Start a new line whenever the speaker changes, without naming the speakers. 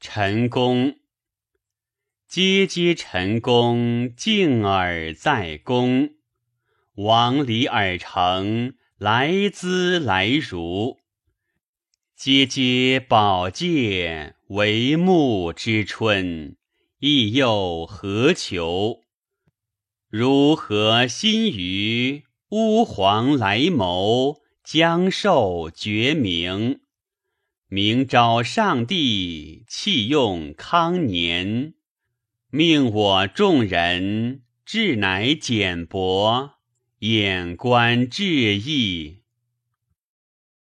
陈宫。阶阶陈宫，敬而在宫。王离尔成，来兹来如。阶阶宝戒，为穆之春，亦又何求？如何新余，乌黄来谋，将受绝明。明昭上帝，弃用康年。命我众人，志乃简薄，眼观志异。